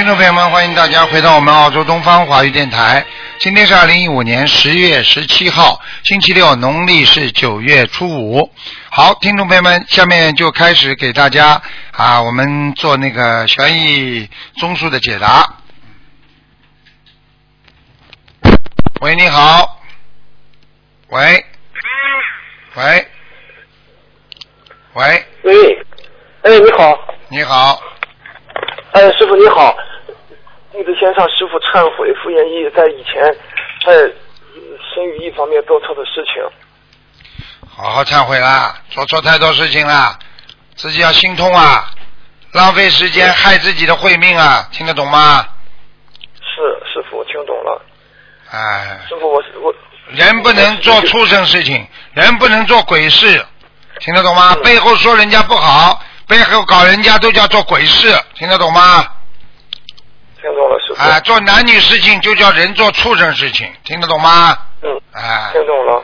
众朋友们，欢迎大家回到我们澳洲东方华语电台。今天是2015年10月17号，星期六，农历是9月初5。好，听众朋友们，下面就开始给大家我们做那个悬疑综述的解答。喂，你好。喂。喂。喂。 喂。哎，你好。 你好。 师傅你好，弟子先向师傅忏悔，傅延义在以前在生育一方面做错的事情。 好好忏悔啦，做错太多事情了，自己要心痛啊，浪费时间害自己的慧命啊，听得懂吗？ 是，师傅，我听懂了。 哎， 师傅，我人不能做畜生事情，人不能做鬼事，听得懂吗？背后说人家不好，背后搞人家都叫做鬼事，听得懂吗？ 听懂了，师傅。 做男女事情就叫人做畜生事情，听得懂吗？ 听懂了。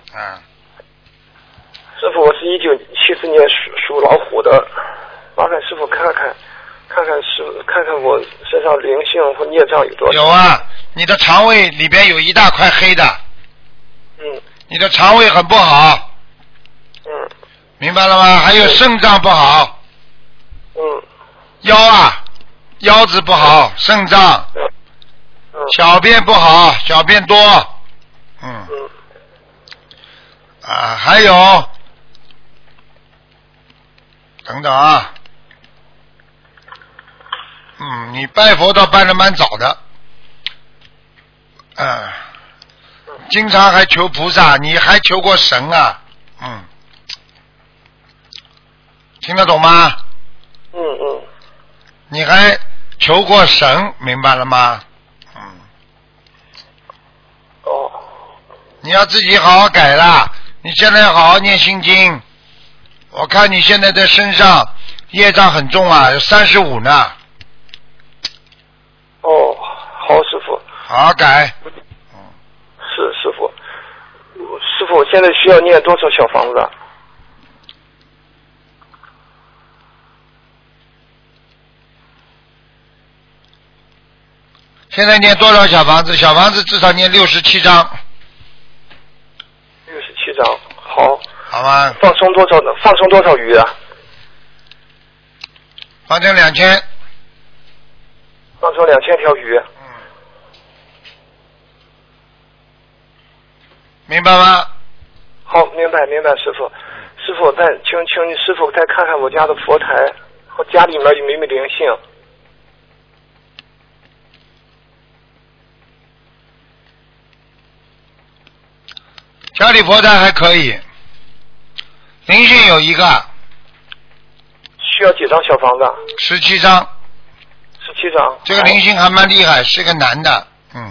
师傅，我是1974年属老虎的，麻烦师傅看看我身上灵性或孽障有多少？ 有啊，你的肠胃里边有一大块黑的。你的肠胃很不好。明白了吗？还有肾脏不好。腰子不好，肾脏。小便不好，小便多。还有等等啊。你拜佛倒拜得蛮早的。经常还求菩萨，你还求过神啊。听得懂吗？你还求过神，明白了吗？你要自己好好改啦，你现在要好好念心经。我看你现在在身上业障很重啊，有35呢。 好，师傅。 好好改。 是师傅。师傅，我现在需要念多少小房子？ 现在念多少小房子？小房子至少念67章。 67章，好。 好吧。 放生多少鱼啊？ 放成2000。 放成2000条鱼。 明白吗？ 好，明白，师傅。师傅，请你师傅再看看我家的佛台和家里面有没有灵性。 家里佛台还可以，灵性有一个。 需要几张小房子 ？17张。 17张。 这个灵性还蛮厉害，是个男的。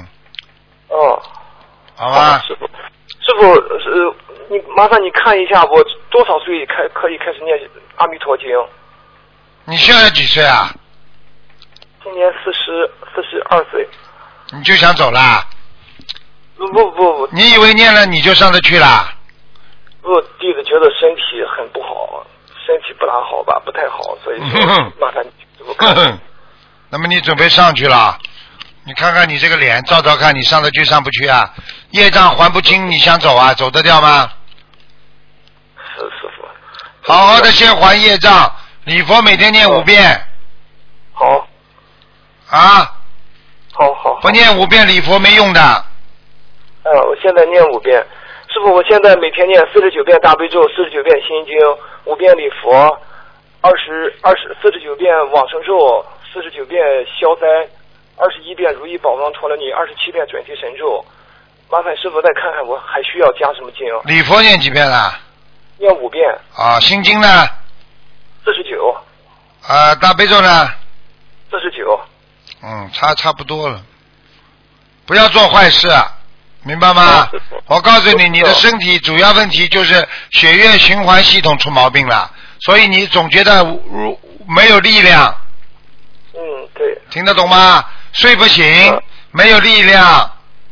好吧。 师傅，你麻烦你看一下，我多少岁可以开始念阿弥陀经？ 你现在几岁啊？ 今年42岁。 你就想走啦？ 不， 你以为念了你就上得去啦？ 不，弟子觉得身体很不好，身体不大好吧，不太好，所以说麻烦你怎么看？ 那么你准备上去了？你看看你这个脸，照看，你上得去上不去啊？业障还不清，你想走啊？走得掉吗？ 是师傅。 好好的先还业障，礼佛每天念5遍。 好。好。 不念5遍礼佛没用的。 我现在念5遍。师傅，我现在每天念49遍大悲咒，49遍心经，5遍礼佛，49遍往生咒，49遍消灾，21遍如意宝王陀罗尼，27遍准提神咒。麻烦师傅再看看我还需要加什么经？ 礼佛念几遍了？ 念5遍。 心经呢 ？49。 大悲咒呢 ？49。 差不多了。不要做坏事，明白吗？我告诉你，你的身体主要问题就是血液循环系统出毛病了，所以你总觉得没有力量。 对。 听得懂吗？睡不醒，没有力量。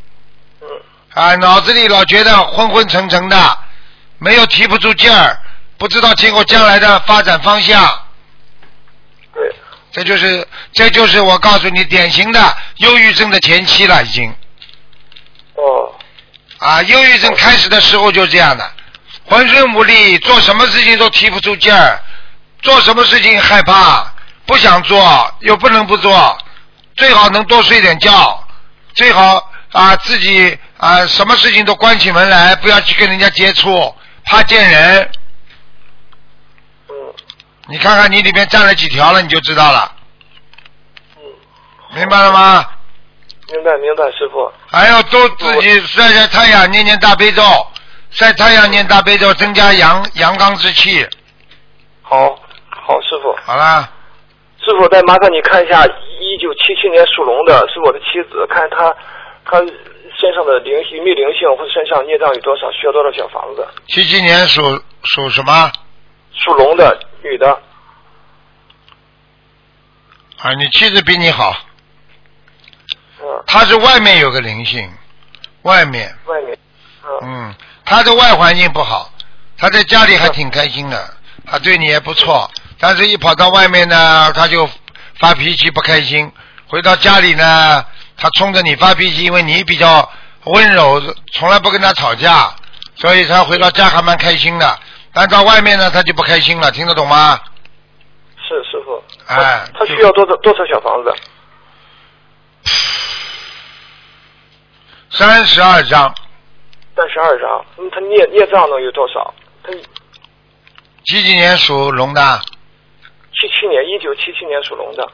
脑子里老觉得昏昏沉沉的，没有提不住劲儿，不知道今后将来的发展方向。 对。 这就是我告诉你典型的忧郁症的前期了，已经。 哦。 啊，忧郁症开始的时候就这样的，浑身无力，做什么事情都提不出劲儿，做什么事情害怕，不想做又不能不做，最好能多睡点觉，最好自己什么事情都关起门来，不要去跟人家接触，怕见人。你看看你里面占了几条了，你就知道了。明白了吗？ 明白，师傅。 还要都自己晒太阳，念大悲咒，晒太阳念大悲咒，增加阳刚之气。 好，师傅。 好啦。 师傅，再麻烦你看一下1977年属龙的，是我的妻子，看她身上的有没有灵性，或者身上孽障有多少，需要多少小房子。 77年属什么？ 属龙的女的。 你妻子比你好。她是外面有个灵性，外面。她的外环境不好，她在家里还挺开心的，她对你也不错，但是一跑到外面呢，她就发脾气不开心，回到家里呢，她冲着你发脾气，因为你比较温柔，从来不跟她吵架，所以她回到家还蛮开心的，但到外面呢，她就不开心了，听得懂吗？ 是师傅。她需要多少小房子 ？32张。 32张。她孽障能有多少？她几年属龙的 ？1977年属龙的。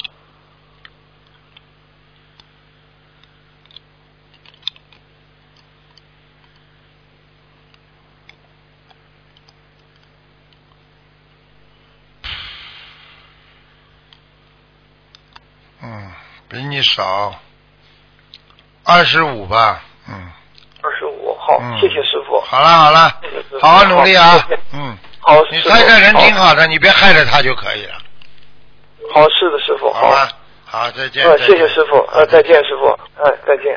比你少25吧。 25，好，谢谢师傅。 好了，好好努力啊。 好， 你猜个人挺好的，你别害了他就可以了。 好，是的，师傅。 好吧，好，再见。 谢谢师傅。再见，师傅。再见。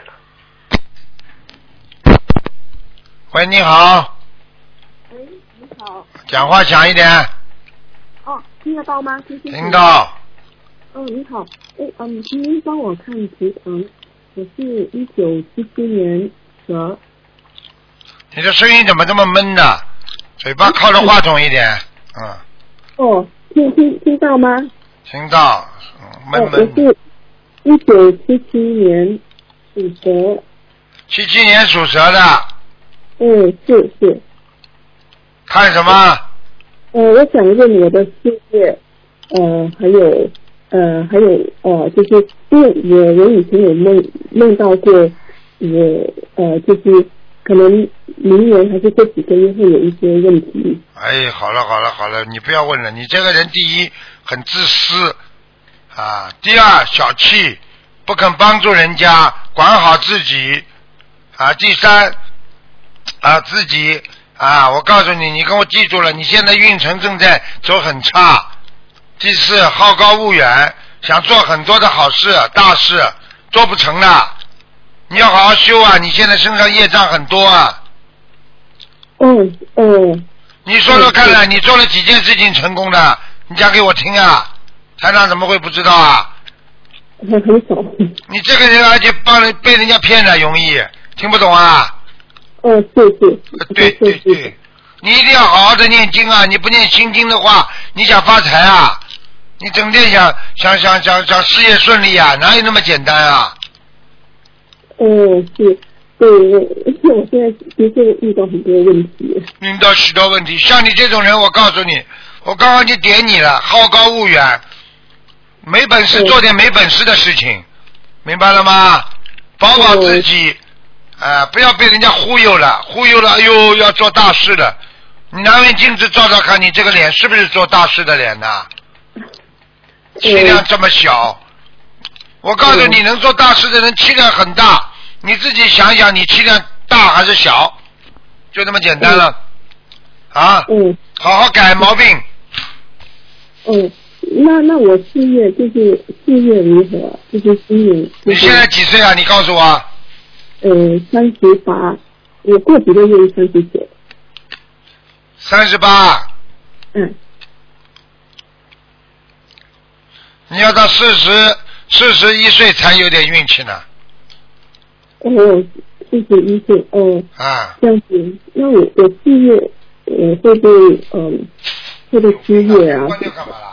喂，你好。 你好。 讲话响一点。 听得到吗？ 听到。 你好。请您帮我看图腾，我是1977年蛇。 你的声音怎么这么闷呢？嘴巴靠着话筒一点。 听到吗？ 听到。闷。 我是1977年属蛇。 77年属蛇的。 是。 看什么？ 我想问我的事业，还有就是因为我以前有梦到过，就是可能明年还是这几个月会有一些问题。 好了，你不要问了。你这个人第一很自私第二小气，不肯帮助人家，管好自己第三自己我告诉你，你跟我记住了，你现在运程正在走很差。第四，好高骛远，想做很多的好事大事，做不成的。你要好好修你现在身上业障很多你说说看你做了几件事情成功的？你讲给我听台长怎么会不知道很少。 你这个人而且被人家骗了容易，听不懂对，你一定要好好的念经你不念心经的话，你想发财你整天想事业顺利哪有那么简单是，对，我现在的确遇到很多问题。 遇到许多问题，像你这种人，我告诉你，我刚刚就点你了，好高骛远，没本事做点没本事的事情，明白了吗？保自己不要被人家忽悠了，哎呦要做大事了。你拿面镜子照照看，你这个脸是不是做大事的脸气量这么小，我告诉你，能做大事的人气量很大，你自己想想，你气量大还是小，就这么简单了好好改毛病。 那我事业如何？就是今年。 你现在几岁你告诉我。 38，我过几个月39。 38。 你要到41岁才有点运气呢。 哦，41岁哦。 啊。 这样子，那我事业会不会会不会失业啊？ 关掉干嘛啦？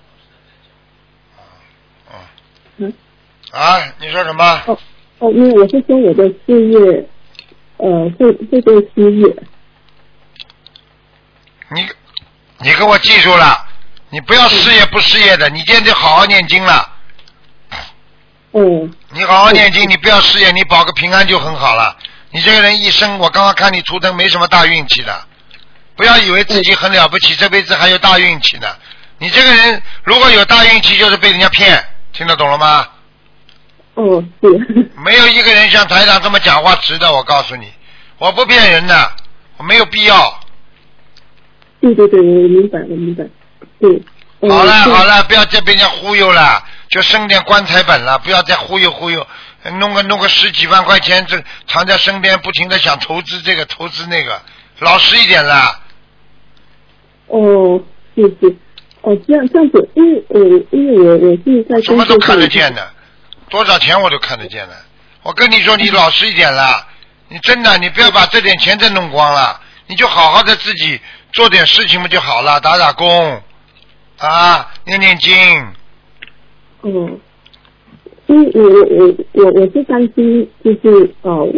嗯。 啊，你说什么？ 因为我是说我的事业会不会失业？ 你给我记住了，你不要事业不事业的，你今天得好好念经了。你好好念经，你不要事业，你保个平安就很好了。你这个人一生，我刚刚看你图腾没什么大运气的，不要以为自己很了不起，这辈子还有大运气呢。你这个人如果有大运气，就是被人家骗，听得懂了吗？ 是。 没有一个人像台长这么讲话直的，我告诉你，我不骗人的，我没有必要。 对，我明白。对。 好了，不要再被人家忽悠了，就剩点棺材本了，不要再忽悠，弄个10几万块钱，这藏在身边，不停的想投资这个投资那个，老实一点了。 是。这样子，因为我是在什么都看得见的，多少钱我都看得见的。我跟你说，你老实一点了，你真的，你不要把这点钱再弄光了，你就好好的自己做点事情嘛就好了，打工啊，念经。 因为我是担心，就是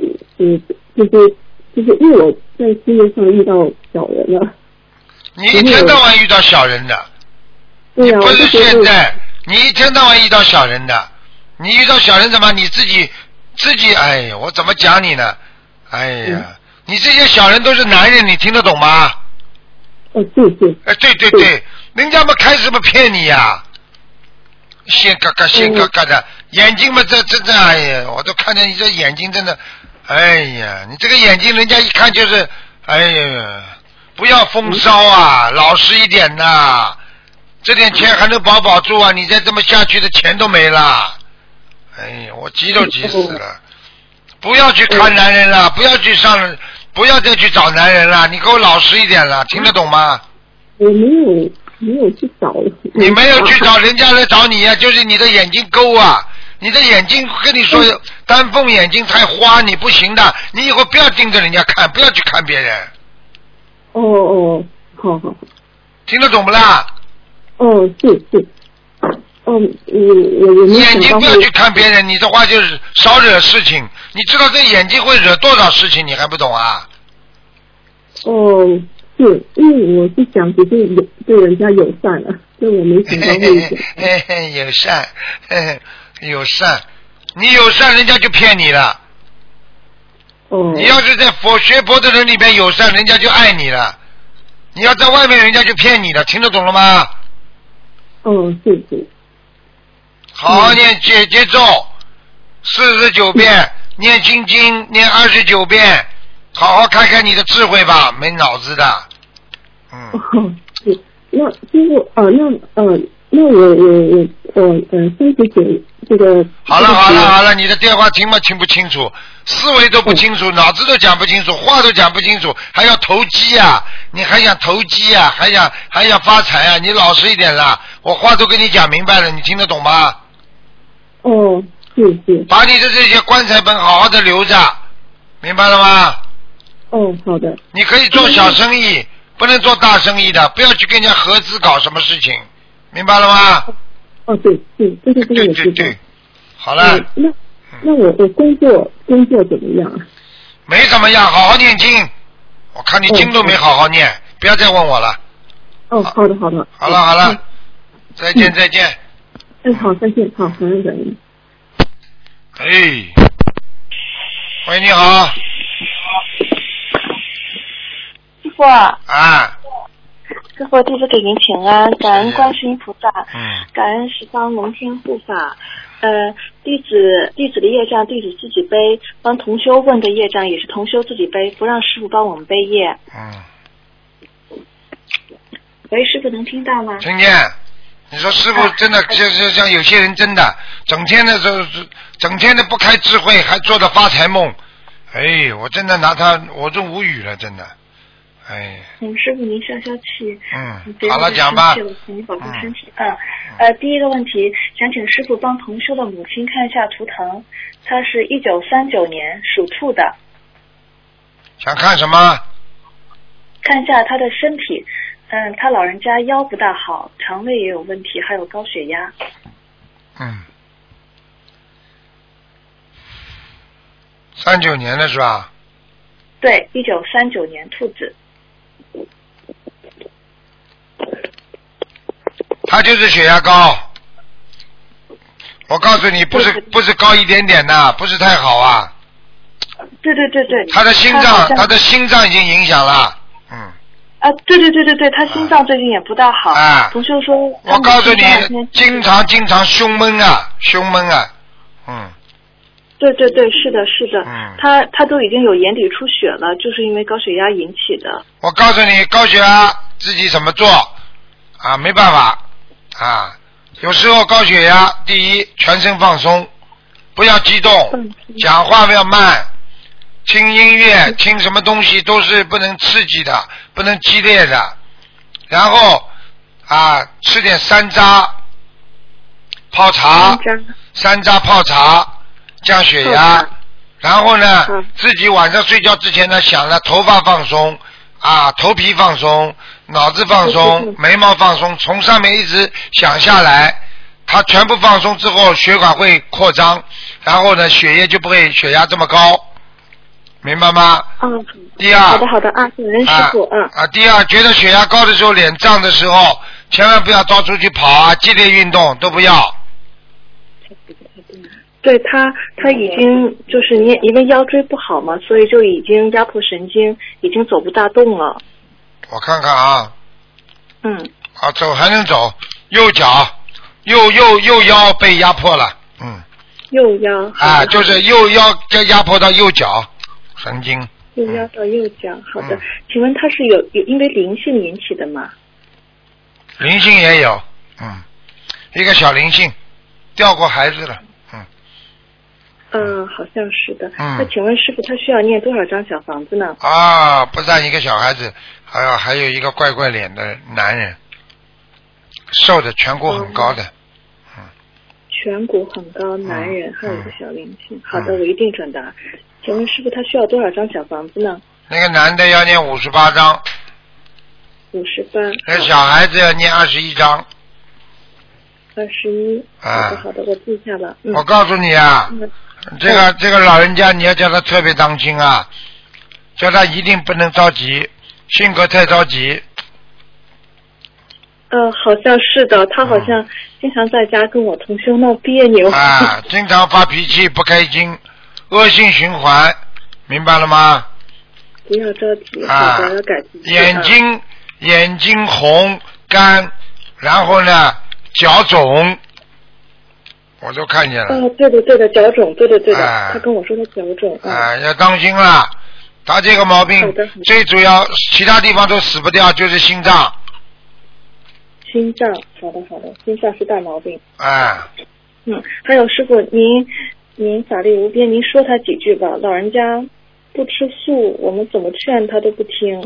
因为我在事业上遇到小人了。 你一天到晚遇到小人的。你不是现在，你一天到晚遇到小人的，你遇到小人怎么？你自己，哎呀，我怎么讲你呢？哎呀，你这些小人都是男人，你听得懂吗？ 对。 对，人家们开始不骗你呀，线嘎嘎的，眼睛嘛这，哎呀，我都看见你这眼睛真的，哎呀，你这个眼睛人家一看就是，哎呀，不要风骚啊，老实一点呐。这点钱还能保住啊！你再这么下去的钱都没了。哎呀，我急都急死了！不要去看男人了，不要再去找男人了，你给我老实一点了，听得懂吗？ 我没有去找。 你没有去找，人家来找你呀，就是你的眼睛勾啊！你的眼睛跟你说，丹凤眼睛太花，你不行的。你以后不要盯着人家看，不要去看别人。 好。 听得懂不啦？ 是。我眼睛不要去看别人，你的话就是少惹事情。你知道这眼睛会惹多少事情，你还不懂啊？ 是，因为我是想只是对人家友善了，所以我没想到会友善，你友善人家就骗你了。你要是在学佛的人里边友善，人家就爱你了。你要在外面，人家就骗你了，听得懂了吗？ 是。 好好念解结咒49遍，念心经念29遍，好好开开你的智慧吧，没脑子的。 是。那师傅那我39这个。好了，你的电话听不清楚，思维都不清楚，脑子都讲不清楚，话都讲不清楚，还要投机啊！你还想投机啊？还想发财啊？你老实一点啦！我话都跟你讲明白了，你听得懂吗？ 是。 把你的这些棺材本好好的留着，明白了吗？ 好的。 你可以做小生意，不能做大生意的，不要去跟人家合资搞什么事情，明白了吗？ 对，这个我知道。 对，好了。 那我工作怎么样啊？ 没怎么样，好好念经。我看你经都没好好念，不要再问我了。 好的。 好了，再见。 好，再见，好，感恩。 喂，你好。 师傅。师傅，弟子给您请安，感恩观世音菩萨，感恩十方龙天护法。弟子的业障弟子自己背，帮同修问的业障也是同修自己背，不让师傅帮我们背业。喂，师傅能听到吗？ 听见。你说师傅真的就是像有些人真的整天的不开智慧，还做的发财梦。我真的拿他，我都无语了，真的。 哎。 师傅您消消气。 好了，讲吧。 请您保重身体。第一个问题，想请师傅帮同修的母亲看一下图腾，她是1939年属兔的。 想看什么？ 看一下她的身体。她老人家腰不大好，肠胃也有问题，还有高血压。 39年的是吧？ 对，1939年兔子。 他就是血压高，我告诉你，不是高一点点的，不是太好啊。 对。 他的心脏已经影响了。 对，他心脏最近也不大好。同修说， 我告诉你，经常胸闷啊。 对，是的。他都已经有眼底出血了，就是因为高血压引起的。 我告诉你，高血压自己怎么做没办法有时候高血压，第一，全身放松，不要激动，讲话不要慢，听音乐听什么东西都是不能刺激的，不能激烈的，然后吃点山楂泡茶，降血压，然后呢自己晚上睡觉之前呢想了头发放松头皮放松，脑子放松，眉毛放松，从上面一直想下来，它全部放松之后血管会扩张，然后呢血液就不会血压这么高，明白吗？第二， 好的谢谢师傅。 第二，觉得血压高的时候脸胀的时候千万不要到处去跑激烈运动都不要。 对，他已经就是因为腰椎不好嘛，所以就已经压迫神经，已经走不大动了。 我看看走还能走，右脚右腰被压迫了。 右腰就是右腰压迫到右脚神经。 右腰到右脚，好的。请问他是有因为灵性引起的吗？ 灵性也有，一个小灵性掉过孩子了。 好像是的。那请问师傅，他需要念多少张小房子呢？ 不但一个小孩子，还有一个怪怪脸的男人，瘦的，颧骨很高的。 颧骨很高，男人，还有一个小灵性。好的，我一定转达。请问师傅，他需要多少张小房子呢？ 那个男的要念58张。 58。 那小孩子要念21张。 21。好的，我记下了。 我告诉你这个老人家你要叫他特别当心叫他一定不能着急，性格太着急。 好像是的，他好像经常在家跟我同修闹别扭。 经常发脾气，不开心，恶性循环，明白了吗？ 不要着急，好的，要改进。 眼睛红干，然后呢脚肿。我都看见了。 对的，脚肿，对的，他跟我说他脚肿。 要当心了，他这个毛病最主要，其他地方都死不掉，就是心脏。 心脏，好的，心脏是大毛病。 还有师傅，您法力无边，您说他几句吧。老人家不吃素，我们怎么劝他都不听。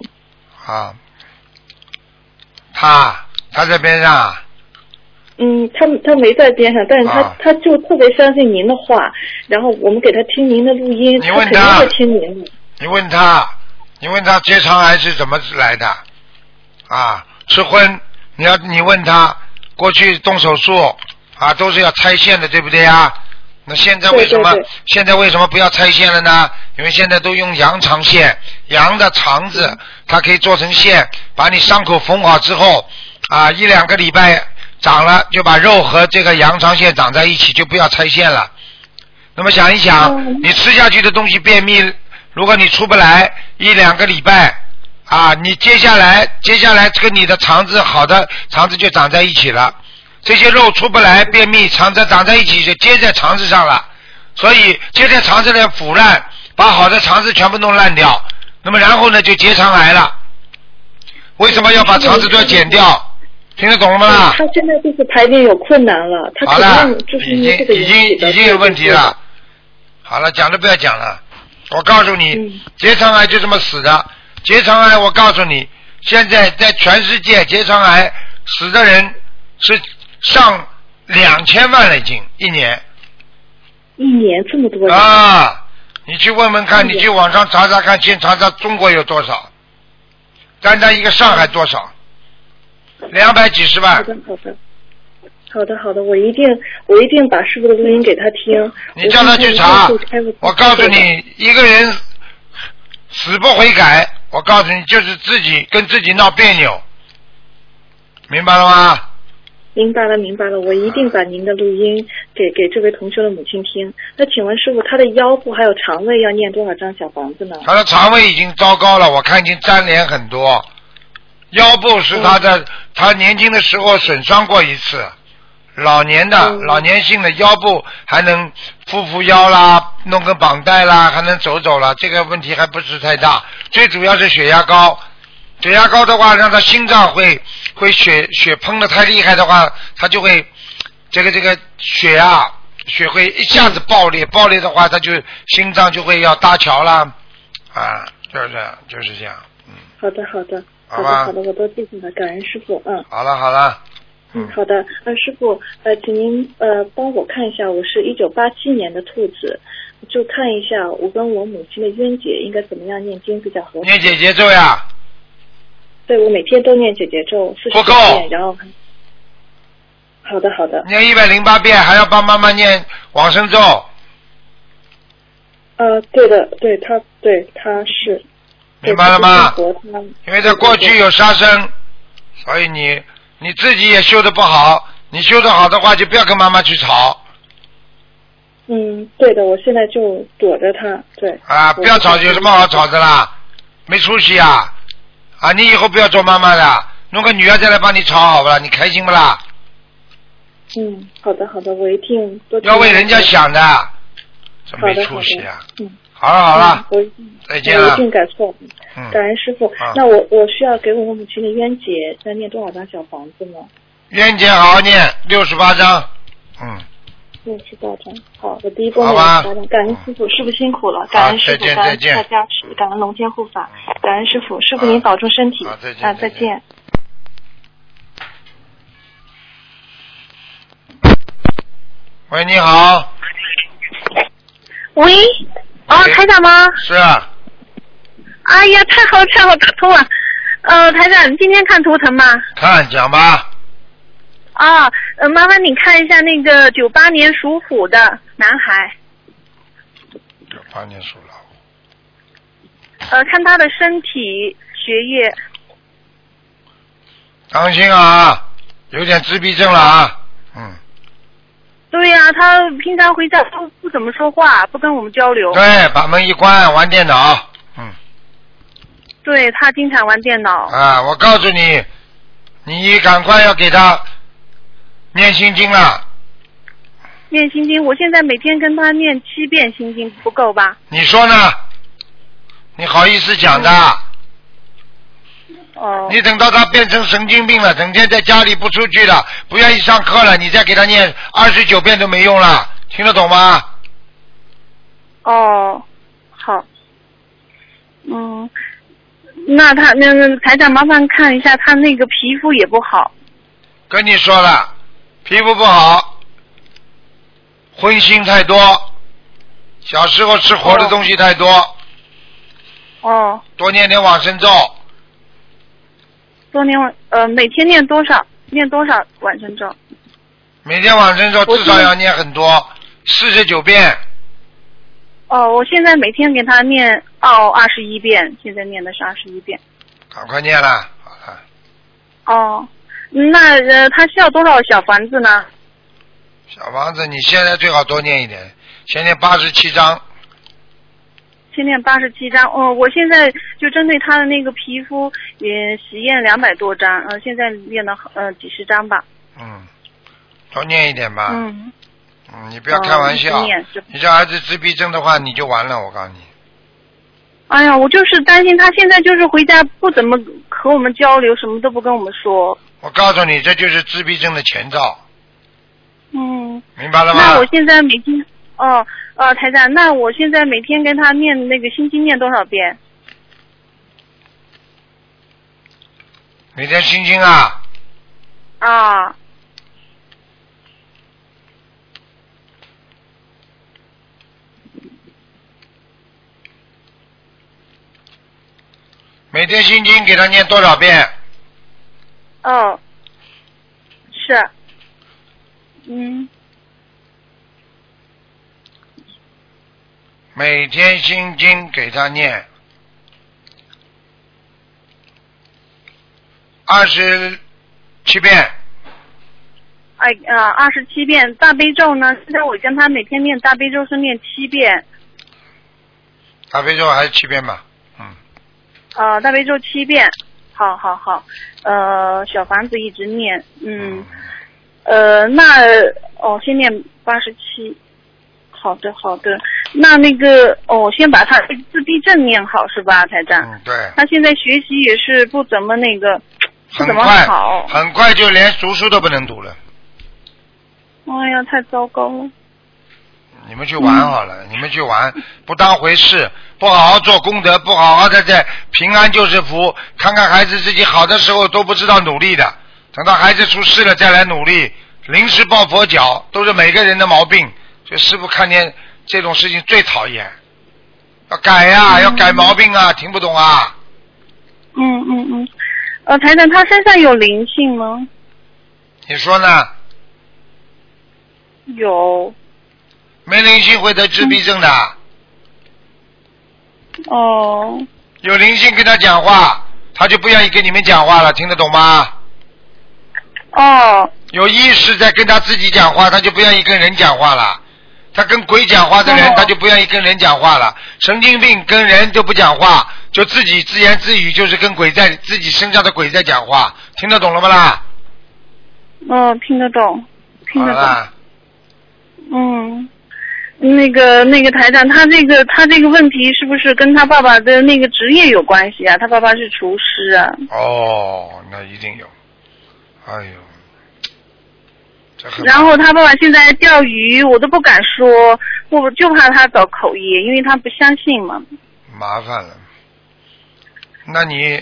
他在边上。 他没在边上，但是他就特别相信您的话，然后我们给他听您的录音， 你问他肯定会听您的。 你问他结肠癌是怎么来的？吃荤，你问他过去动手术都是要拆线的，对不对呀？那现在为什么不要拆线了呢？因为现在都用羊肠线，羊的肠子它可以做成线，把你伤口缝好之后1-2个礼拜长了，就把肉和这个羊肠线长在一起，就不要拆线了。那么想一想，你吃下去的东西便秘，如果你出不来1-2个礼拜你接下来跟你的肠子好的肠子就长在一起了，这些肉出不来便秘，肠子长在一起就接在肠子上了，所以接在肠子里腐烂，把好的肠子全部弄烂掉，那么然后呢就结肠癌了。为什么要把肠子都要剪掉？听得懂了吗？ 他现在就是排便有困难了，他肯定就是因为这个已经有问题了。好了，讲都不要讲了。我告诉你，结肠癌就这么死的。 结肠癌我告诉你，现在在全世界结肠癌死的人是上2000万了，已经一年。 一年这么多人啊！你去问问看，你去网上查查看，先查查中国有多少，单单一个上海多少，200几十万。 好的，我一定把师傅的录音给他听。 你叫他去查。我告诉你，一个人死不悔改，我告诉你，就是自己跟自己闹别扭，明白了吗？ 明白了，我一定把您的录音给这位同学的母亲听。那请问师傅，他的腰部还有肠胃要念多少张小房子呢？ 他的肠胃已经糟糕了，我看已经粘连很多。腰部是他年轻的时候损伤过一次，老年性的腰部还能扶腰啦，弄个绑带啦，还能走啦，这个问题还不是太大。最主要是血压高，血压高的话，让他心脏会血喷的太厉害的话，他就会这个血会一下子爆裂的话，他就心脏就会要搭桥啦，啊，就是这样。 好的，我都记住了，感恩师傅。 好了。 好的，师傅，请您帮我看一下，我是1987年的兔子，就看一下我跟我母亲的冤结应该怎么样念经比较合适。 念姐姐咒呀。 对，我每天都念姐姐咒49遍，然后。好的。 念108遍，还要帮妈妈念往生咒。 对的，他是。 明白了吗？因为他过去有杀生，所以你自己也修得不好，你修得好的话就不要跟妈妈去吵。 对的，我现在就躲着他，对。 不要吵，有什么好吵的啦？没出息啊！你以后不要做妈妈的，弄个女儿再来帮你吵好不啦？你开心不啦？ 好的，我一定多。 要为人家想的，这没出息啊！好了，再见了。 我一定改错。感恩师傅。那我需要给我母亲的冤结再念多少张小房子呢？ 冤结好好念，68张。 68张。好，我第一波念68张。感恩师傅，师傅辛苦了。感恩师傅，感恩大加持，感恩龙天护法，感恩师傅，师傅您保重身体。再见。 喂，你好。 喂。台长吗？ 是啊。 哎呀，太好打通了。台长，你今天看图腾吗？ 看，讲吧。 麻烦你看一下那个98年属虎的男孩。 98年属老虎。 看他的身体、学业。 当心啊，有点自闭症了啊。 对呀，他平常回家都不怎么说话，不跟我们交流。 对，把门一关，玩电脑。 对，他经常玩电脑。 我告诉你，你赶快要给他念心经了。 念心经，我现在每天跟他念7遍心经，不够吧？ 你说呢？你好意思讲的？你等到他变成神经病了，整天在家里不出去了，不愿意上课了，你再给他念29遍都没用了，听得懂吗？ 好。那他台长麻烦看一下，他那个皮肤也不好。 跟你说了，皮肤不好，荤腥太多，小时候吃活的东西太多。多念点往生咒。 每天念多少往生咒？ 每天往生咒至少要念很多，49遍。 我现在每天给他念21遍，现在念的是21遍。 赶快念了，好了。那他需要多少小房子呢？ 小房子你现在最好多念一点，先念87章。 先念87章。我现在就针对他的那个皮肤也实验200多张，现在念了几十张吧。 多念一点吧。你不要开玩笑。你这儿子自闭症的话，你就完了，我告诉你。 哎呀，我就是担心他现在就是回家不怎么和我们交流，什么都不跟我们说。 我告诉你，这就是自闭症的前兆。明白了吗？ 那我现在每天台长，那我现在每天跟他念那个心经念多少遍？ 每天心经啊。 啊。 每天心经给他念多少遍？ 哦，是， 每天心经给他念27遍。 27遍。大悲咒呢？现在我跟他每天念大悲咒是念7遍。 大悲咒还是7遍吧。 大悲咒7遍。好。小房子一直念。先念87。好的。那个先把他自闭症念好是吧，台长？ 对。 他现在学习也是不怎么不怎么好。 很快就连读书都不能读了。 哎呀，太糟糕了。 你们去玩好了，你们去玩，不当回事，不好好做功德，不好好的在平安就是福。看看孩子自己好的时候都不知道努力的，等到孩子出事了再来努力，临时抱佛脚，都是每个人的毛病。所以师父看见这种事情最讨厌，要改呀，要改毛病啊，听不懂啊？ 台长，他身上有灵性吗？ 你说呢？ 有。 没灵性会得自闭症的。有灵性跟他讲话，他就不愿意跟你们讲话了，听得懂吗？有意识在跟他自己讲话，他就不愿意跟人讲话了。他跟鬼讲话的人，他就不愿意跟人讲话了。神经病跟人都不讲话，就自己自言自语，就是跟鬼在自己身上的鬼在讲话，听得懂了吗啦？ 听得懂。 好了。 那个台长，他这个问题是不是跟他爸爸的那个职业有关系啊？他爸爸是厨师啊。 那一定有。哎呦。 然后他爸爸现在钓鱼，我都不敢说，我就怕他找口业，因为他不相信嘛。 麻烦了。那你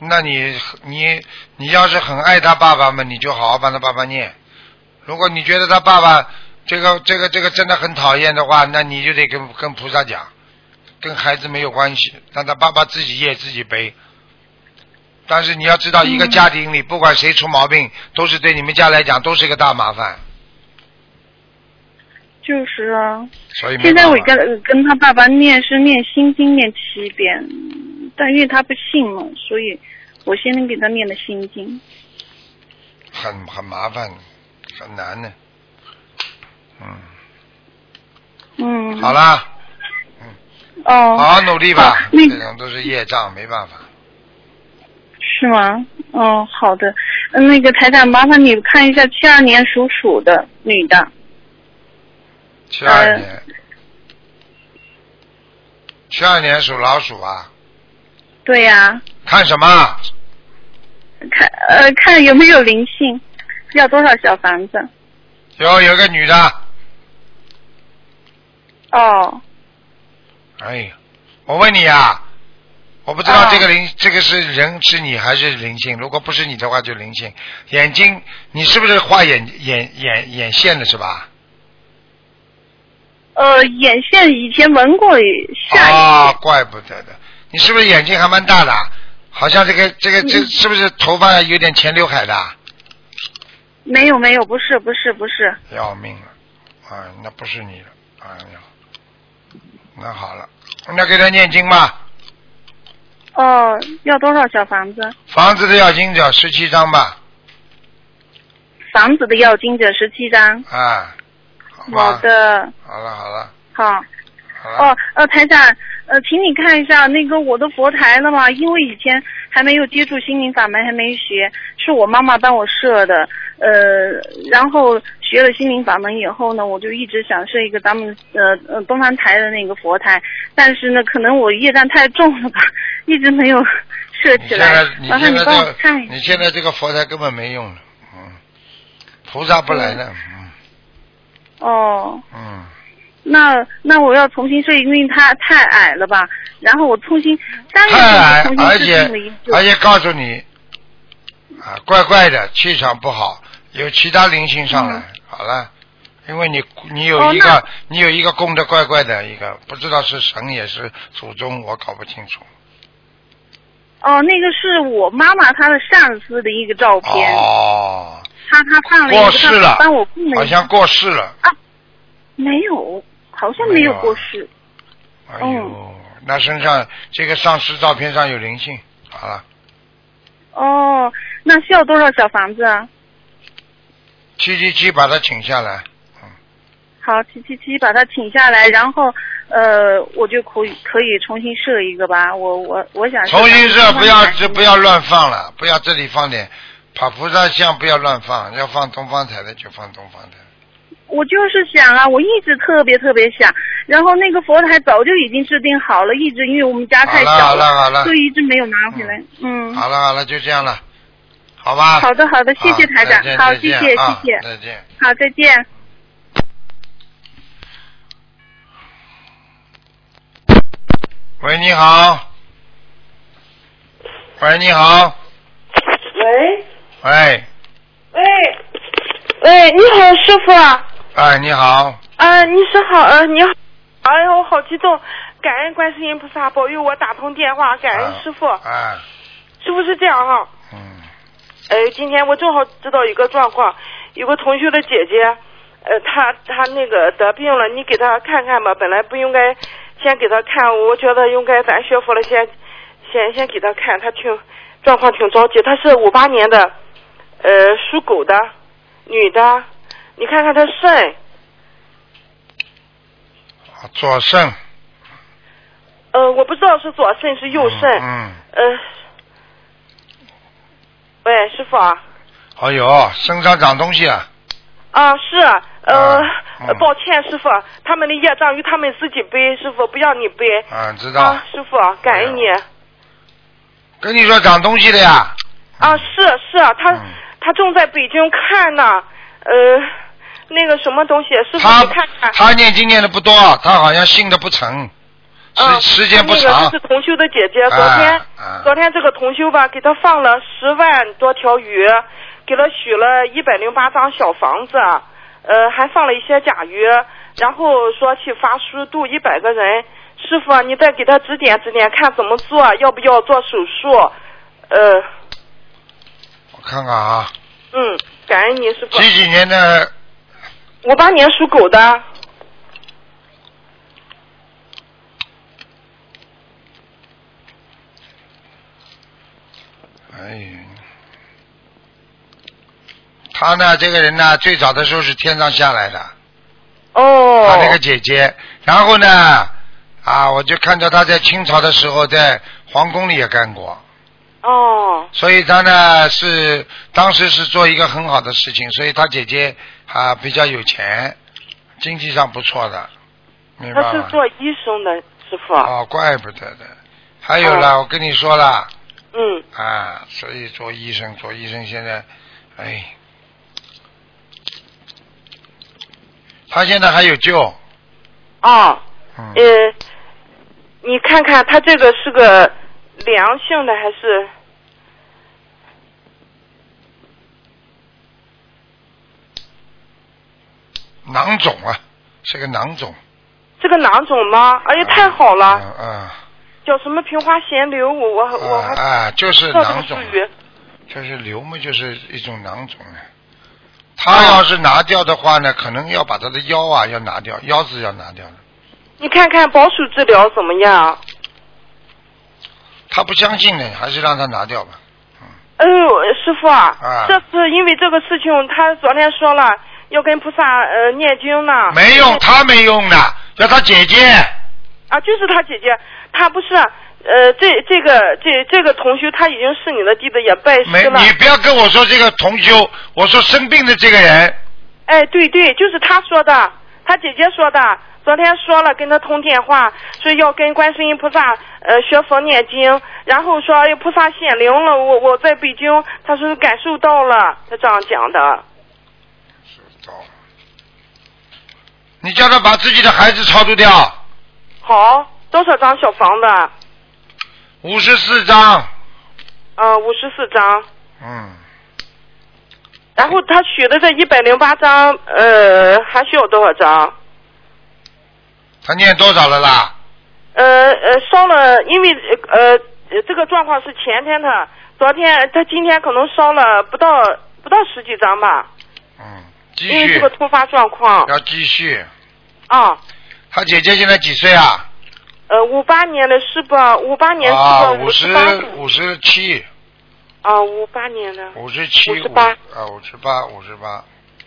要是很爱他爸爸嘛，你就好好帮他爸爸念。如果你觉得他爸爸这个真的很讨厌的话，那你就得跟菩萨讲，跟孩子没有关系，让他爸爸自己业自己背。但是你要知道，一个家庭里不管谁出毛病，都是对你们家来讲都是一个大麻烦。 就是啊。 所以现在我跟他爸爸念心经念7遍，但因为他不信嘛，所以我先给他念的心经。 很麻烦，很难的。好啦。好好努力吧。这种都是业障，没办法。 是吗？好的。那个台长，麻烦你看一下72年属鼠的女的。 72年属老鼠啊？ 对呀。 看什么？ 看有没有灵性，要多少小房子？ 有个女的。哎呀，我问你啊，我不知道这个是人是你还是灵性，如果不是你的话就灵性。眼睛，你是不是画眼线的是吧？ 眼线以前纹过下。 怪不得的。你是不是眼睛还蛮大的？好像这是不是头发有点前刘海的？ 没有，不是。 要命了，那不是你了，哎呀，那好了，那给他念经吧。 要多少小房子？ 房子的要经者17张吧。 房子的要经者17张。好的。 好了。 好。台长，请你看一下那个我的佛台了嘛？因为以前还没有接触心灵法门，还没学，是我妈妈帮我设的。然后学了心灵法门以后呢，我就一直想设一个咱们东方台的那个佛台，但是呢，可能我业障太重了吧，一直没有设起来。麻烦你帮我看一下。 你现在这个佛台根本没用了，菩萨不来的。 那我要重新设，因为它太矮了吧？然后我重新3 月份重新设定了一个。而且告诉你， 啊，怪怪的，气场不好，有其他灵性上来，好了，因为你有一个、你有一个供的怪怪的一个，不知道是神也是祖宗，我搞不清楚。 哦，那个是我妈妈她的上司的一个照片。 哦。 她放了一个， 过世了， 帮我供了， 好像过世了。 啊，没有，好像没有过世。 哎呦，那身上这个上司照片上有灵性，好了。 哦，那需要多少小房子啊 ？777把他请下来。 好，777把他请下来，然后我就可以重新设一个吧。我想重新设，不要乱放了，不要这里放点把菩萨像不要乱放，要放东方台的就放东方台。 我就是想啊，我一直特别想，然后那个佛台早就已经制定好了，一直因为我们家太小了，所以一直没有拿回来。 好了，就这样了，好吧？ 好的，谢谢台长，好，谢谢， 再见。 好，再见。 喂，你好。喂，你好。喂， 你好，师傅。 哎，你好。 你好，你好。哎呀，我好激动，感恩观世音菩萨保佑我打通电话，感恩师傅。师傅是这样哈。今天我正好知道一个状况，有个同学的姐姐，她那个得病了，你给她看看吧。本来不应该先给她看，我觉得应该咱学佛了先给她看，她状况挺着急。她是58年的，属狗的女的，你看看她肾。 左肾。 我不知道是左肾是右肾。喂，师傅啊。 哎呦，身上长东西啊。 是。抱歉，师傅，他们的业障由他们自己背，师傅不要你背。 知道。 师傅，感恩你。 跟你说长东西的呀。 是，他正在北京看呢。那个什么东西，师傅你看看。 他念经念的不多，他好像信的不成，时间不长。 那个是同修的姐姐，昨天这个同修吧，给他放了10万多条鱼，给他许了108张小房子，还放了一些甲鱼，然后说去发书度100个人。师傅，你再给他指点指点，看怎么做，要不要做手术？ 我看看啊。 感恩你，师傅。 几年的 ？58年属狗的。 他呢，这个人呢，最早的时候是天上下来的。他那个姐姐，然后呢，我就看到他在清朝的时候在皇宫里也干过。所以他呢当时是做一个很好的事情，所以他姐姐比较有钱，经济上不错的，明白吗？ 他是做医生的，师傅。 怪不得的。还有了，我跟你说了。所以做医生现在，他现在还有救。 你看看他这个是个良性的还是？ 囊肿啊，是个囊肿。 这个囊肿吗？哎呀，太好了。叫什么平花腺瘤？我还就是囊肿。就是瘤嘛，就是一种囊肿啊。他要是拿掉的话呢，可能要把他的腰要拿掉，腰子要拿掉的。 你看看保守治疗怎么样？ 他不相信呢，还是让他拿掉吧。 师傅这次因为这个事情，他昨天说了要跟菩萨念经呢。 没用，他没用的，要他姐姐。 就是他姐姐，他不是这个同修他已经是你的弟子，也拜师了。 你不要跟我说这个同修，我说生病的这个人。 对，就是他说的，他姐姐说的。昨天说了，跟他通电话，说要跟观世音菩萨学佛念经，然后说菩萨显灵了，我在北京，他说感受到了，他这样讲的。 你叫他把自己的孩子超度掉。 好，多少张小房子？ 54张。 54张。 然后他许的这108张，还需要多少张？ 他念多少了啦？ 烧了，因为这个状况是前天的，昨天他今天可能烧了不到10几张吧。 继续。 因为这个突发状况。 要继续。 啊。 他姐姐现在几岁啊 ？58年的是吧？58年是吧 ？57。 啊，58年的。 57。 58。 58。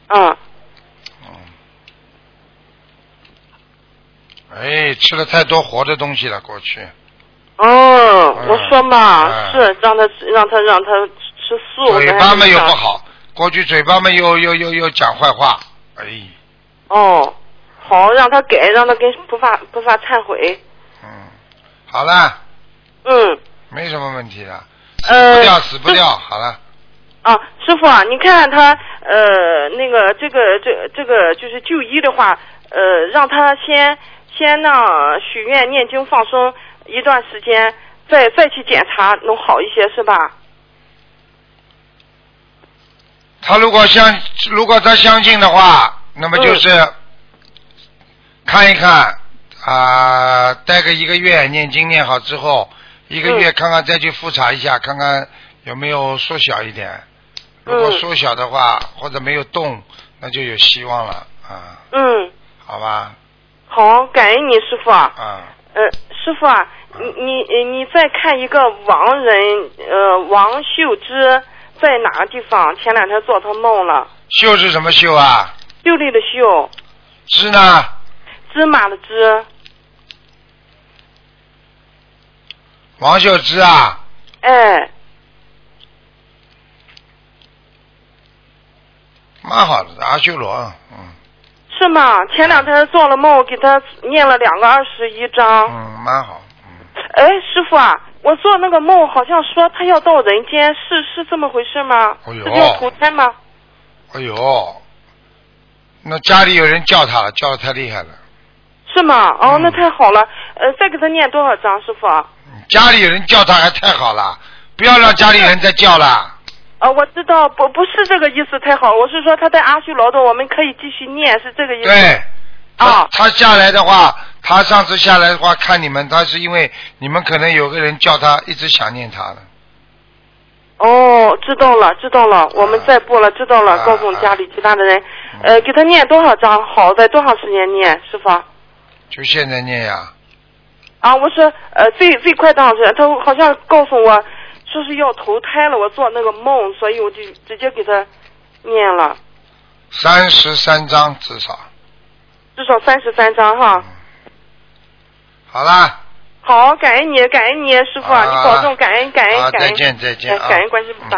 哎，吃了太多活的东西了，过去。 我说嘛，是让他吃素。 嘴巴嘛又不好，过去嘴巴嘛又讲坏话，哎。 好，让他改，让他跟菩萨忏悔。 好了。没什么问题的。死不掉，好了。 师傅啊，你看他那个这个就是就医的话，让他先让许愿念经放生一段时间，再去检查能好一些是吧？ 他如果他相信的话，那么就是看一看待个1个月，念经念好之后1个月看看再去复查一下，看看有没有缩小一点。如果缩小的话，或者没有动，那就有希望了啊。好吧。 好，感恩你师傅啊。师傅啊，你再看一个亡人王秀芝在哪个地方？前2天做他梦了。 秀是什么秀啊？ 秀丽的秀。 芝呢？ 芝麻的芝。 王秀芝啊。蛮好的，阿修罗。 是吗？前2天做了梦，给他念了2个21章。 蛮好。 师傅啊，我做那个梦好像说他要到人间，是这么回事吗？是要投胎吗？ 哎呦，那家里有人叫他了，叫得太厉害了。 是吗？那太好了。再给他念多少章，师傅？ 家里有人叫他还太好了，不要让家里人再叫了。 我知道，不是这个意思，太好。我是说他在阿修罗的，我们可以继续念，是这个意思。 对。他下来的话，他上次下来的话，看你们，他是因为你们可能有个人叫他，一直想念他的。 知道了，我们再播了，知道了，告诉家里其他的人，给他念多少章？好，在多长时间念，师傅？ 就现在念呀。 我说最快多长时间？他好像告诉我。说是要投胎了，我做那个梦，所以我就直接给他念了 33章，至少 33章哈。 好啦。 好，感恩你，师傅啊，你保重，感恩。 再见感恩观世菩萨。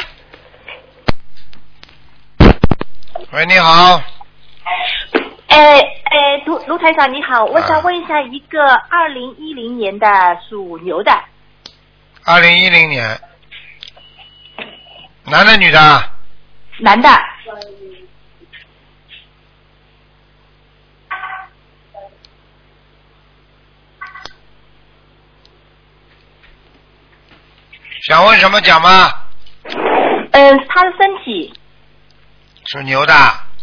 喂，你好。 卢台长你好，我想问一下一个2010年的属牛的。 2010年。男的女的？ 男的。 想问什么讲吗？ 他的身体。 属牛的。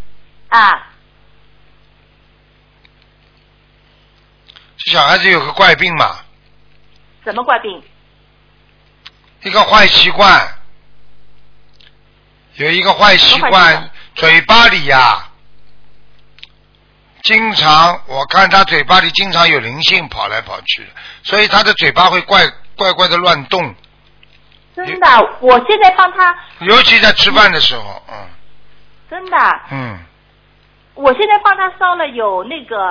这小孩子有个怪病嘛？ 什么怪病？ 一个坏习惯。有一个坏习惯，嘴巴里经常我看他嘴巴里经常有灵性跑来跑去，所以他的嘴巴会怪的乱动。 真的，我现在帮他。 尤其在吃饭的时候， 真的。我现在帮他烧了有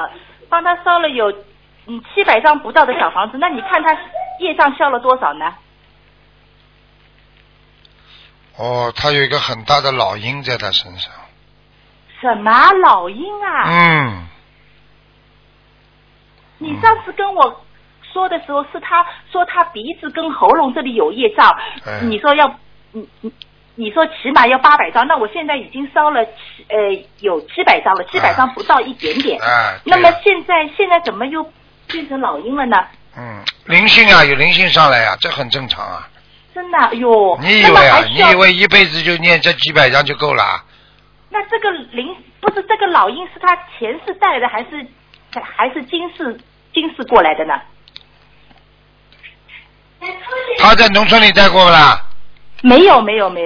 700张不到的小房子，那你看他业障消了多少呢？ 他有一个很大的老鹰在他身上。 什么老鹰啊？你上次跟我说的时候，是他说他鼻子跟喉咙这里有业障，你说你说起码要800张，那我现在已经烧了有700张了，700张不到一点点。那么现在怎么又变成老鹰了呢？ 灵性有灵性上来这很正常啊。 真的哟。 你以为一辈子就念这几百张就够了？ 那这个不是这个老鹰是他前世带来的，还是今世过来的呢？ 他在农村里带过不啦？ 没有。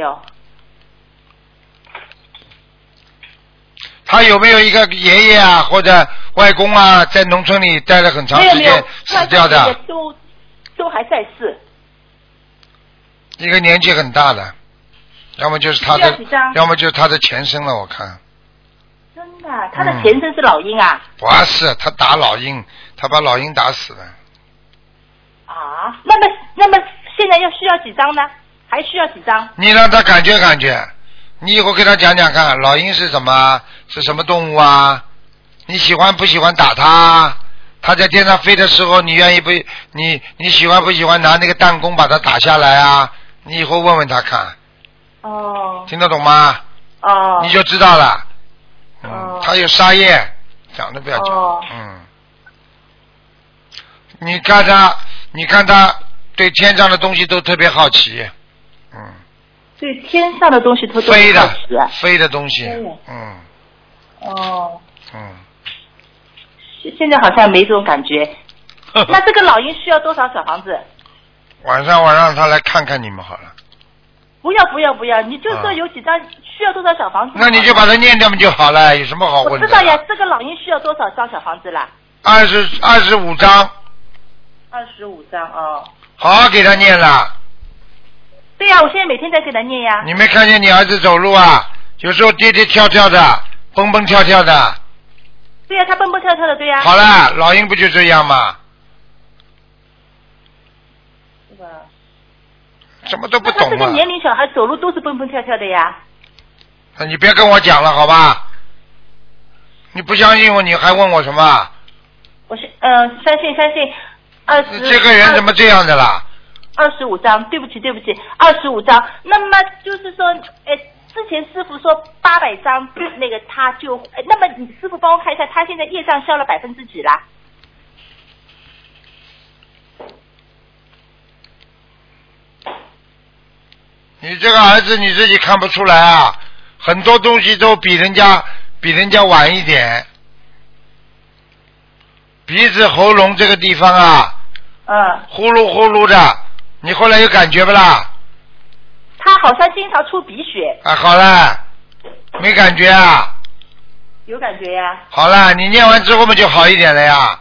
他有没有一个爷爷啊或者外公啊在农村里待了很长时间死掉的？ 都还在世。 一个年纪很大的，要么就是他的，要么就是他的前身了，我看。 真的，他的前身是老鹰啊？ 不是，他打老鹰，他把老鹰打死了。 啊，那么现在需要几张呢？还需要几张？ 你让他感觉感觉，你以后给他讲讲看，老鹰是什么？是什么动物啊？你喜欢不喜欢打它？它在天上飞的时候，你愿意不？你喜欢不喜欢拿那个弹弓把它打下来啊？你以后问问他看。 哦。听得懂吗？ 哦。 你就知道了。他有杀业，讲都不要讲。你看他对天上的东西都特别好奇。 对天上的东西都飞的飞的东西。 现在好像没这种感觉。那这个老鹰需要多少小房子？ 晚上我让他来看看你们好了。 不要，你就说有几张需要多少小房子？ 那你就把它念掉就好了，有什么好问的？ 我知道呀，这个老鹰需要多少张小房子啦 ？25张。 25张哦。 好好给他念了。 对呀，我现在每天在给他念呀。 你没看见你儿子走路啊？有时候跌跌跳跳的，蹦蹦跳跳的。 对呀，他蹦蹦跳跳的，对呀。 好了，老鹰不就这样吗？ 是吧？ 什么都不懂啊。 他这个年龄小孩走路都是蹦蹦跳跳的呀。 你别跟我讲了，好吧？你不相信我，你还问我什么？ 我是相信。 你这个人怎么这样的啦 ？25张，对不起，25张。那么就是说，之前师傅说800张，那个他就，那么你师傅帮我看一下，他现在业障消了几%啦？ 你这个儿子你自己看不出来啊，很多东西都比人家晚一点。鼻子、喉咙这个地方啊，呼噜呼噜的，你后来有感觉不啦？ 他好像经常出鼻血。 好了，没感觉啊？ 有感觉呀。 好了，你念完之后嘛就好一点了呀。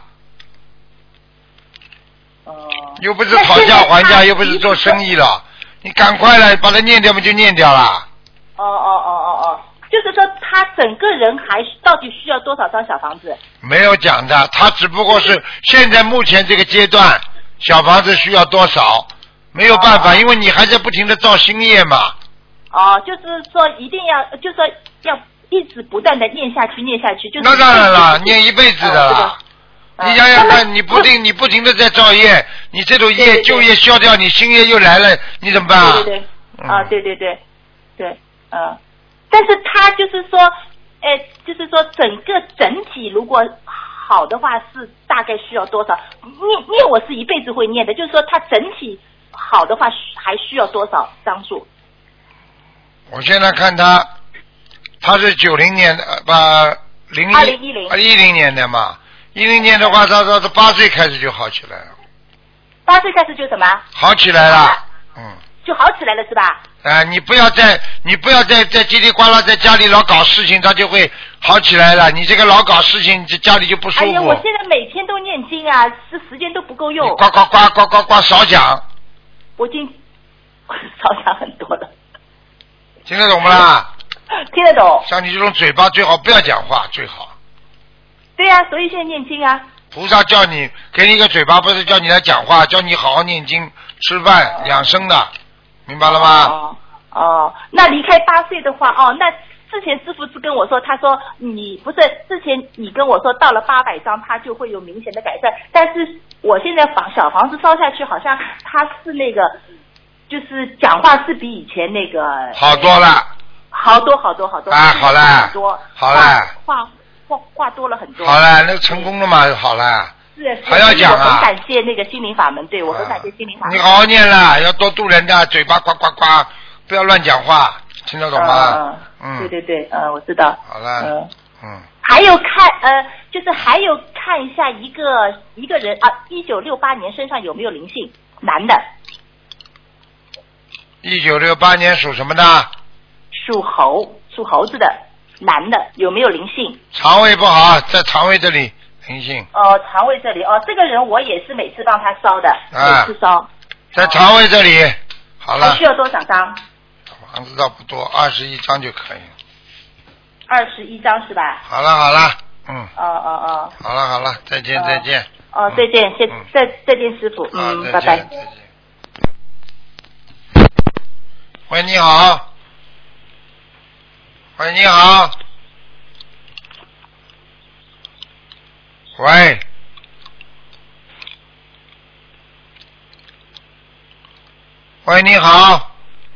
又不是讨价还价，又不是做生意了，你赶快了，把它念掉嘛就念掉了。 就是说他整个人还到底需要多少张小房子？ 没有讲的，他只不过是现在目前这个阶段小房子需要多少，没有办法，因为你还在不停的造新业嘛。 就是说一定要，就是说要一直不断的念下去，就是。 那当然了，念一辈子的啦。你想想看，你不停的在造业，你这种业旧业消掉，你新业又来了，你怎么办啊？ 对。但是他就是说，整体如果好的话是大概需要多少？念我是一辈子会念的，就是说他整体好的话还需要多少张数？ 我现在看他是90年的2010年的嘛，10年的话他8岁开始就好起来了。 8岁开始就什么？ 好起来了， 就好起来了是吧？ 你不要再叽里呱啦在家里老搞事情，他就会好起来了。你这个老搞事情，这家里就不舒服。 我现在每天都念经啊，这时间都不够用。 呱少讲。 我已经少讲很多了。 听得懂不啦？ 听得懂。 像你这种嘴巴最好不要讲话最好。 对呀，所以现在念经啊。 菩萨叫你给你一个嘴巴，不是叫你来讲话，叫你好好念经、吃饭、养生的。明白了吗？ 那离开8岁的话，那之前师傅是跟我说，他说你不是之前你跟我说到了800张，他就会有明显的改善，但是我现在小房子烧下去，好像他是那个，就是讲话是比以前那个好多了， 好多好了，好了， 话多了很多， 好了，那个成功了嘛，好了。还要讲啊！ 我很感谢那个心灵法门，对我很感谢心灵法门。 你好好念了，要多度人的，嘴巴呱呱呱，不要乱讲话， 听得懂吗？ 对对，我知道。 好了。 还有就是还有看一下一个人啊，1968年身上有没有灵性，男的。 1968年属什么的？ 属猴子的男的，有没有灵性？ 肠胃不好，在肠胃这里灵性。 肠胃这里这个人我也是每次帮他烧的，每次烧。 在肠胃这里，好了。 还需要多少张？ 房子倒不多，21张就可以。 21张是吧？ 好了，好了。好了，再见。 再见，再见师傅，拜拜。 再见。喂，你好。喂，你好。喂。喂，你好。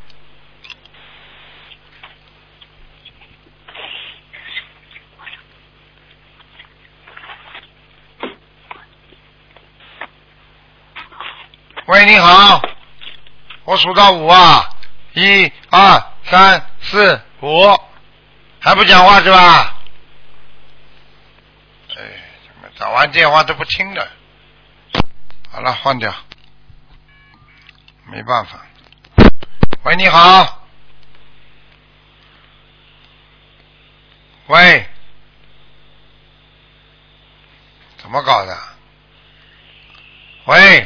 喂，你好，我数到5啊，1、2、3、4、5，还不讲话是吧？怎么打完电话都不听的？好了，换掉，没办法。喂，你好。喂，怎么搞的？喂。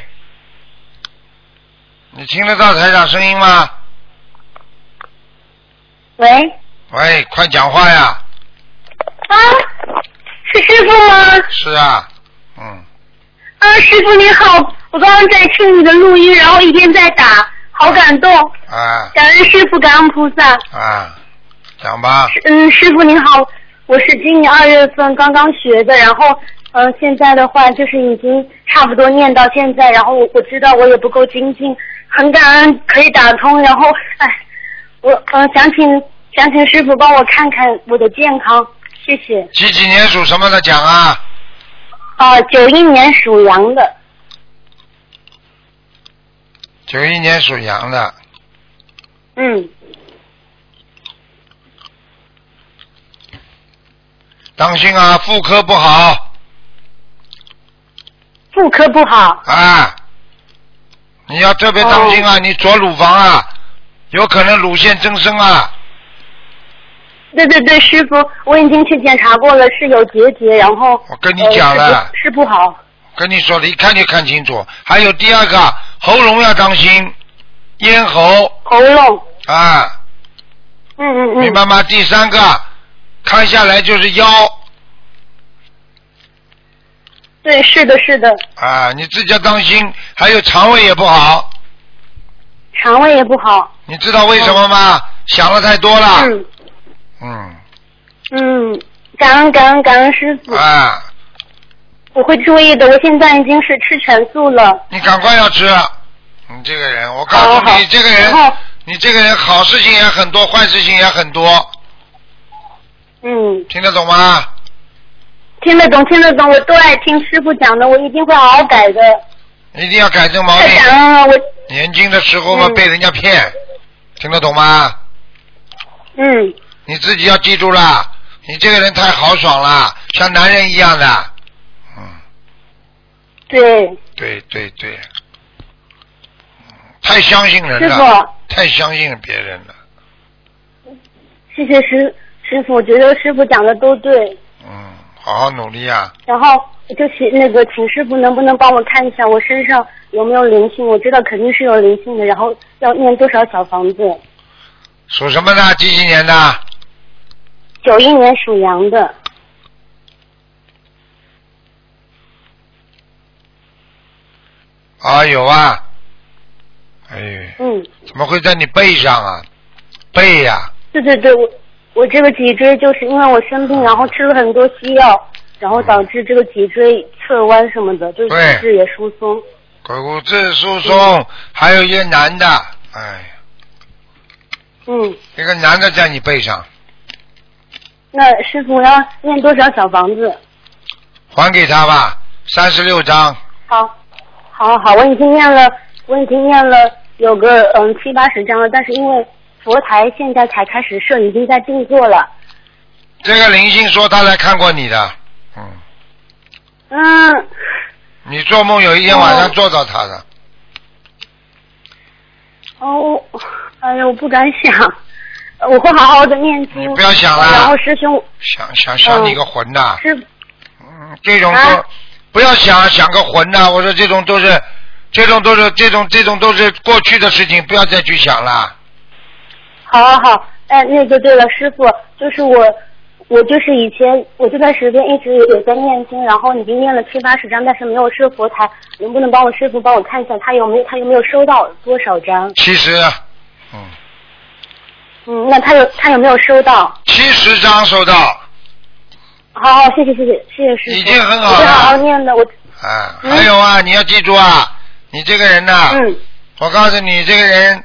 你听得到台长声音吗？ 喂， 快讲话呀！ 是师傅吗？ 是啊， 师傅你好，我刚刚在听你的录音，然后一边在打，好感动。感恩师傅，感恩菩萨。 讲吧。 师傅你好，我是今年2月份刚刚学的，然后现在的话就是已经差不多念到现在，然后我知道我也不够精进。很感恩可以打通，然后我想请师傅帮我看看我的健康，谢谢。 几年属什么的讲啊 ？91年属羊的。 91年属羊的。当心啊，妇科不好。 妇科不好。 你要特别当心啊！你左乳房啊，有可能乳腺增生啊。 对，师傅，我已经去检查过了，是有结节，然后我跟你讲了， 是不好。 跟你说了，一看就看清楚。还有第二个，喉咙要当心，咽喉。 喉咙。 明白吗？第三个，看下来就是腰。 对，是的。 你自己要当心，还有肠胃也不好。 肠胃也不好。 你知道为什么吗？想了太多了。 感恩师傅。我会注意的，我现在已经是吃全素了。 你赶快要吃。你这个人，我告诉你，这个人，你这个人好事情也很多，坏事情也很多。听得懂吗？ 听得懂，我都爱听师傅讲的，我一定会好好改的。 一定要改正毛病。 太感恩了，我年轻的时候嘛，被人家骗，听得懂吗？你自己要记住了，你这个人太豪爽了，像男人一样的。 对。 太相信人了，太相信别人了。 谢谢师傅，我觉得师傅讲的都对。 好好努力啊！ 然后就请师傅能不能帮我看一下我身上有没有灵性？我知道肯定是有灵性的，然后要念多少小房子？ 属什么的？几年的 ？91年属羊的。 有啊。怎么会在你背上啊？背呀。 对，我这个脊椎就是因为我生病，然后吃了很多西药，然后导致这个脊椎侧弯什么的，就是骨质也疏松。 骨质疏松，还有一个男的，一个男的在你背上。 那师傅要念多少小房子？ 还给他吧，36张。 好，我已经念了有个70-80张了，但是因为佛台现在才开始设，已经在定做了。 这个灵性说他来看过你的，你做梦有一天晚上做到他的。 哎呀，我不敢想，我会好好的念经。 你不要想了。 然后师兄， 想你个魂呐！ 是， 这种都不要想个魂呐！我说这种都是过去的事情，不要再去想了。 好，那个对了，师傅，就是我就是以前我这段时间一直有在念经，然后已经念了70-80章，但是没有设佛台，能不能师傅帮我看一下他有没有收到多少章 ？70。 那他有没有收到 ？70章收到。 好，谢谢师傅。 已经很好了。 我会好好念的， 还有啊，你要记住啊，你这个人呐，我告诉你，这个人，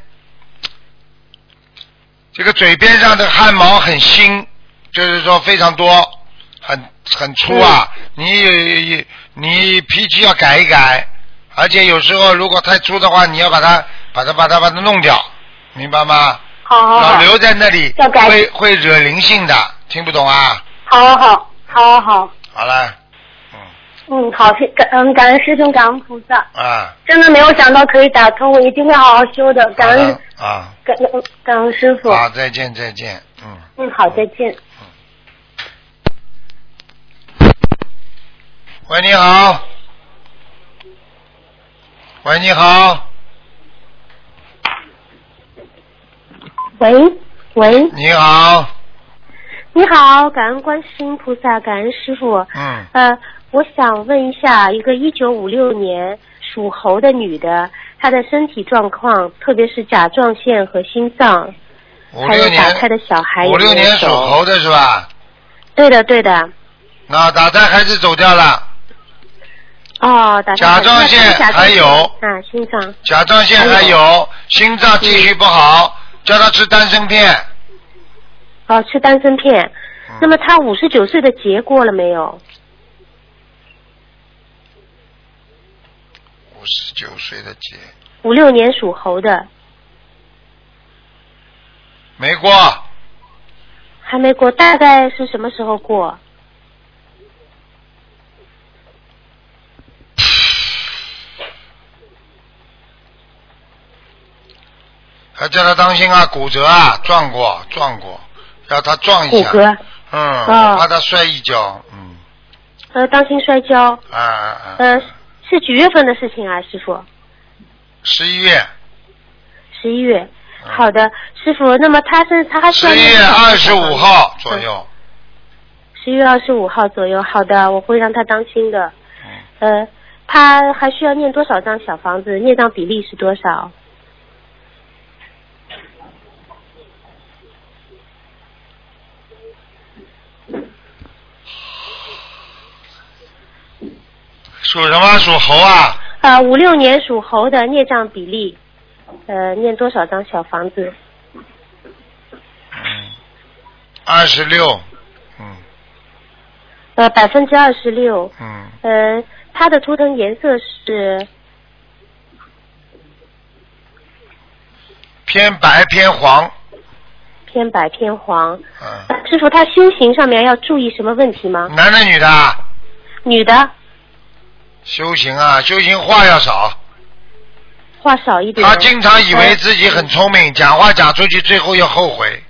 这个嘴边上的汗毛很新，就是说非常多，很粗啊。你脾气要改一改，而且有时候如果太粗的话，你要把它弄掉，明白吗？ 好， 老留在那里会惹灵性的，听不懂啊？ 好。 好了。 好，感恩师兄，感恩菩萨。真的没有想到可以打通，我一定会好好修的。感恩感恩师傅。 好，再见。 好，再见。 喂，你好。喂，你好。 喂。 你好。 你好，感恩观世音菩萨，感恩师傅。我想问一下，一个1956年属猴的女的，她的身体状况，特别是甲状腺和心脏，还有打胎的小孩有没有 56年属猴的是吧？ 对的。 那打胎孩子走掉了。 打胎甲状腺还有。 心脏。 甲状腺还有，心脏继续不好，叫他吃丹参片。 吃丹参片。那么他59岁的节过了没有 ？59岁的节。 56年属猴的。 没过。 还没过，大概是什么时候过？ 还叫他当心啊，骨折啊，撞过，要他撞一下。 骨骼。 怕他摔一跤。 当心摔跤。是几月份的事情啊，师傅 ？11月。 11月。好的，师傅。那么他还算 11月25号左右。 11月25号左右。好的，我会让他当心的。他还需要念多少张小房子？孽障比例是多少？ 属什么？属猴啊 ？56年属猴的孽障比例，念多少张小房子 ？26。 26%。它的图腾颜色是偏白偏黄。 偏白偏黄。师傅，他修行上面要注意什么问题吗？ 男的女的？ 女的。 修行话要少。 话少一点。 他经常以为自己很聪明，讲话讲出去最后要后悔。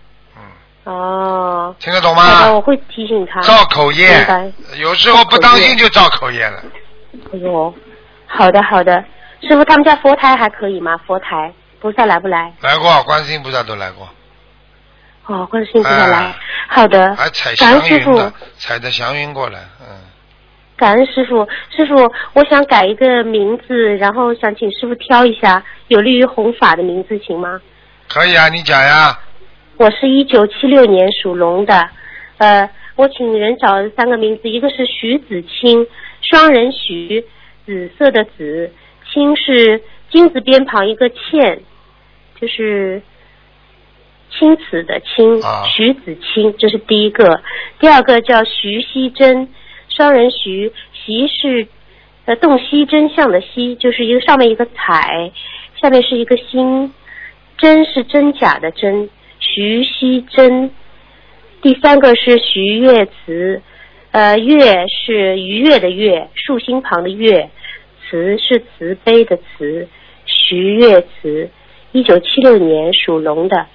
听得懂吗？ 好的，我会提醒他。 造口业，有时候不当心就造口业了。 好的。师傅，他们家佛台还可以吗？佛台菩萨来不来？ 来过，观世音菩萨都来过。 观世音菩萨来。好的。 还踩祥云的，踩着祥云过来。 感恩师傅，我想改一个名字，然后想请师傅挑一下有利于弘法的名字，行吗？ 可以啊，你讲呀。 我是1976年属龙的，我请人找3个名字，一个是徐子清，双人徐，紫色的紫，清是金字边旁一个欠，就是青瓷的青，徐子清，这是第一个。第二个叫徐熙珍，双人徐，熙是洞悉真相的熙，就是一个上面一个彩，下面是一个心， 真是真假的真，徐熙真。第三个是徐月慈，月是愉悦的悦，竖心旁的月，慈是慈悲的慈，徐月慈，1976年属龙的。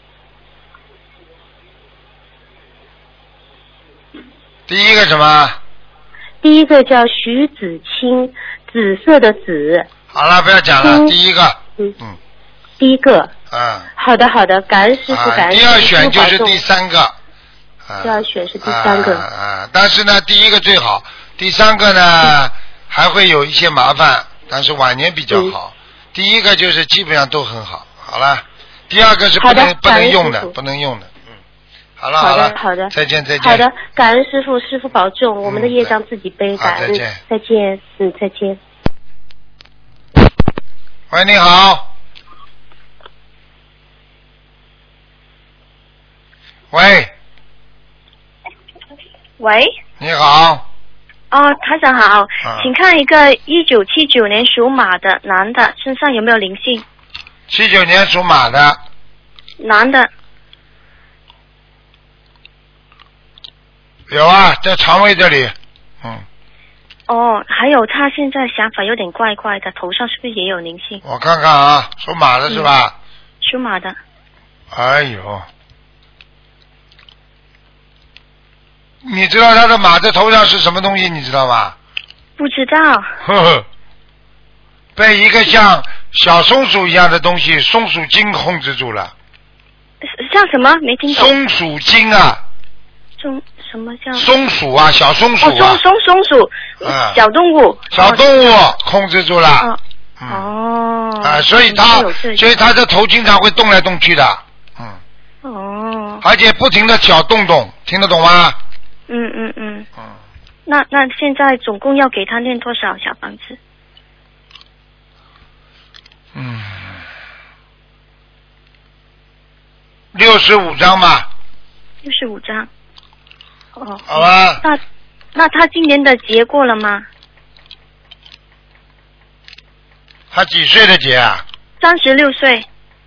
第一个什么？ 第一个叫徐子清，紫色的紫。 好了，不要讲了。第一个。 第一个。好的，感恩师傅，感恩师傅。 第二选就是第三个。 第二选是第三个。 但是呢，第一个最好，第三个呢还会有一些麻烦，但是晚年比较好。第一个就是基本上都很好。好了，第二个是不能用的，不能用的。好了， 好的， 再见。 好的，感恩师傅，师傅保重，我们的业障自己背，感恩，再见，再见。 喂，你好。喂。 喂。 你好。 台长好，请看一个1979年属马的男的身上有没有灵性 ？79年属马的。 男的。 有啊，在肠胃这里。 还有他现在想法有点怪怪的，头上是不是也有灵性？ 我看看啊，属马的是吧？ 属马的。 哎呦，你知道他的马在头上是什么东西？你知道吗？ 不知道。 呵呵，被一个像小松鼠一样的东西，松鼠精控制住了。 像什么？没听懂。 松鼠精啊。 什么叫松鼠啊？小松鼠啊。 松鼠，小动物。 小动物控制住了。所以它的头经常会动来动去的。而且不停的小动动，听得懂吗？ 那现在总共要给他念多少小房子 ？65张吧。 65张。 好吧。 那他今年的节过了吗？ 他几岁的节啊 ？36岁。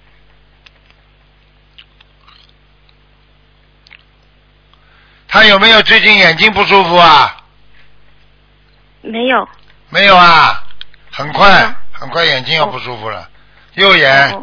他有没有最近眼睛不舒服啊？ 没有。 没有啊，很快眼睛要不舒服了，右眼。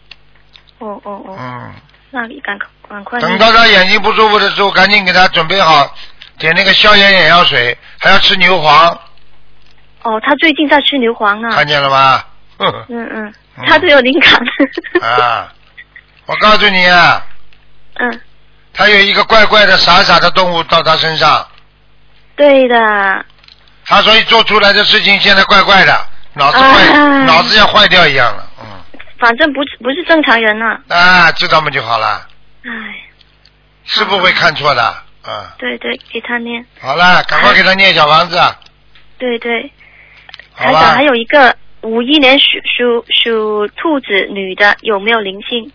那你赶快。 等到他眼睛不舒服的时候，赶紧给他准备好点那个消炎眼药水，还要吃牛黄。 他最近在吃牛黄啊。 看见了吗？ 他都有灵感。 我告诉你啊。他有一个怪怪的傻傻的动物到他身上。 对的。 他所以做出来的事情现在怪怪的，脑子要坏掉一样了。 反正不是正常人啊。知道吗就好了。是不会看错的。 对，给他念。 好了，赶快给他念小房子。 对。台长还有一个51年属兔子女的有没有灵性？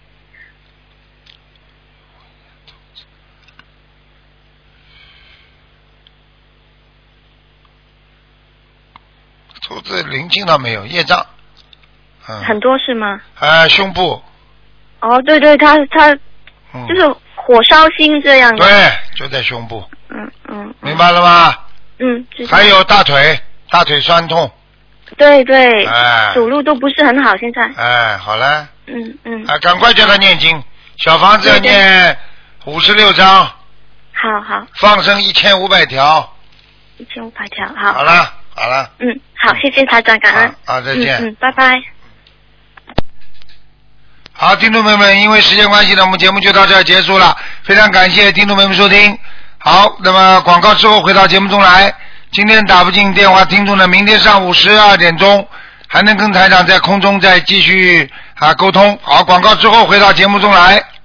兔子灵性倒没有，业障。 很多是吗？ 胸部。 对，他就是火烧心这样的。 对，就在胸部。明白了吗？还有大腿酸痛。 对。走路都不是很好，现在。 好了。赶快叫他念经，小房子要念56张。 好。 放生1500条。 1500条，好。 好了。 好，谢谢台长，感恩。 再见。 拜拜。 好，听众朋友们，因为时间关系呢，我们节目就到这儿结束了。非常感谢听众朋友们收听。好，那么广告之后回到节目中来。今天打不进电话听众呢，明天上午12点钟还能跟台长在空中再继续沟通。好，广告之后回到节目中来。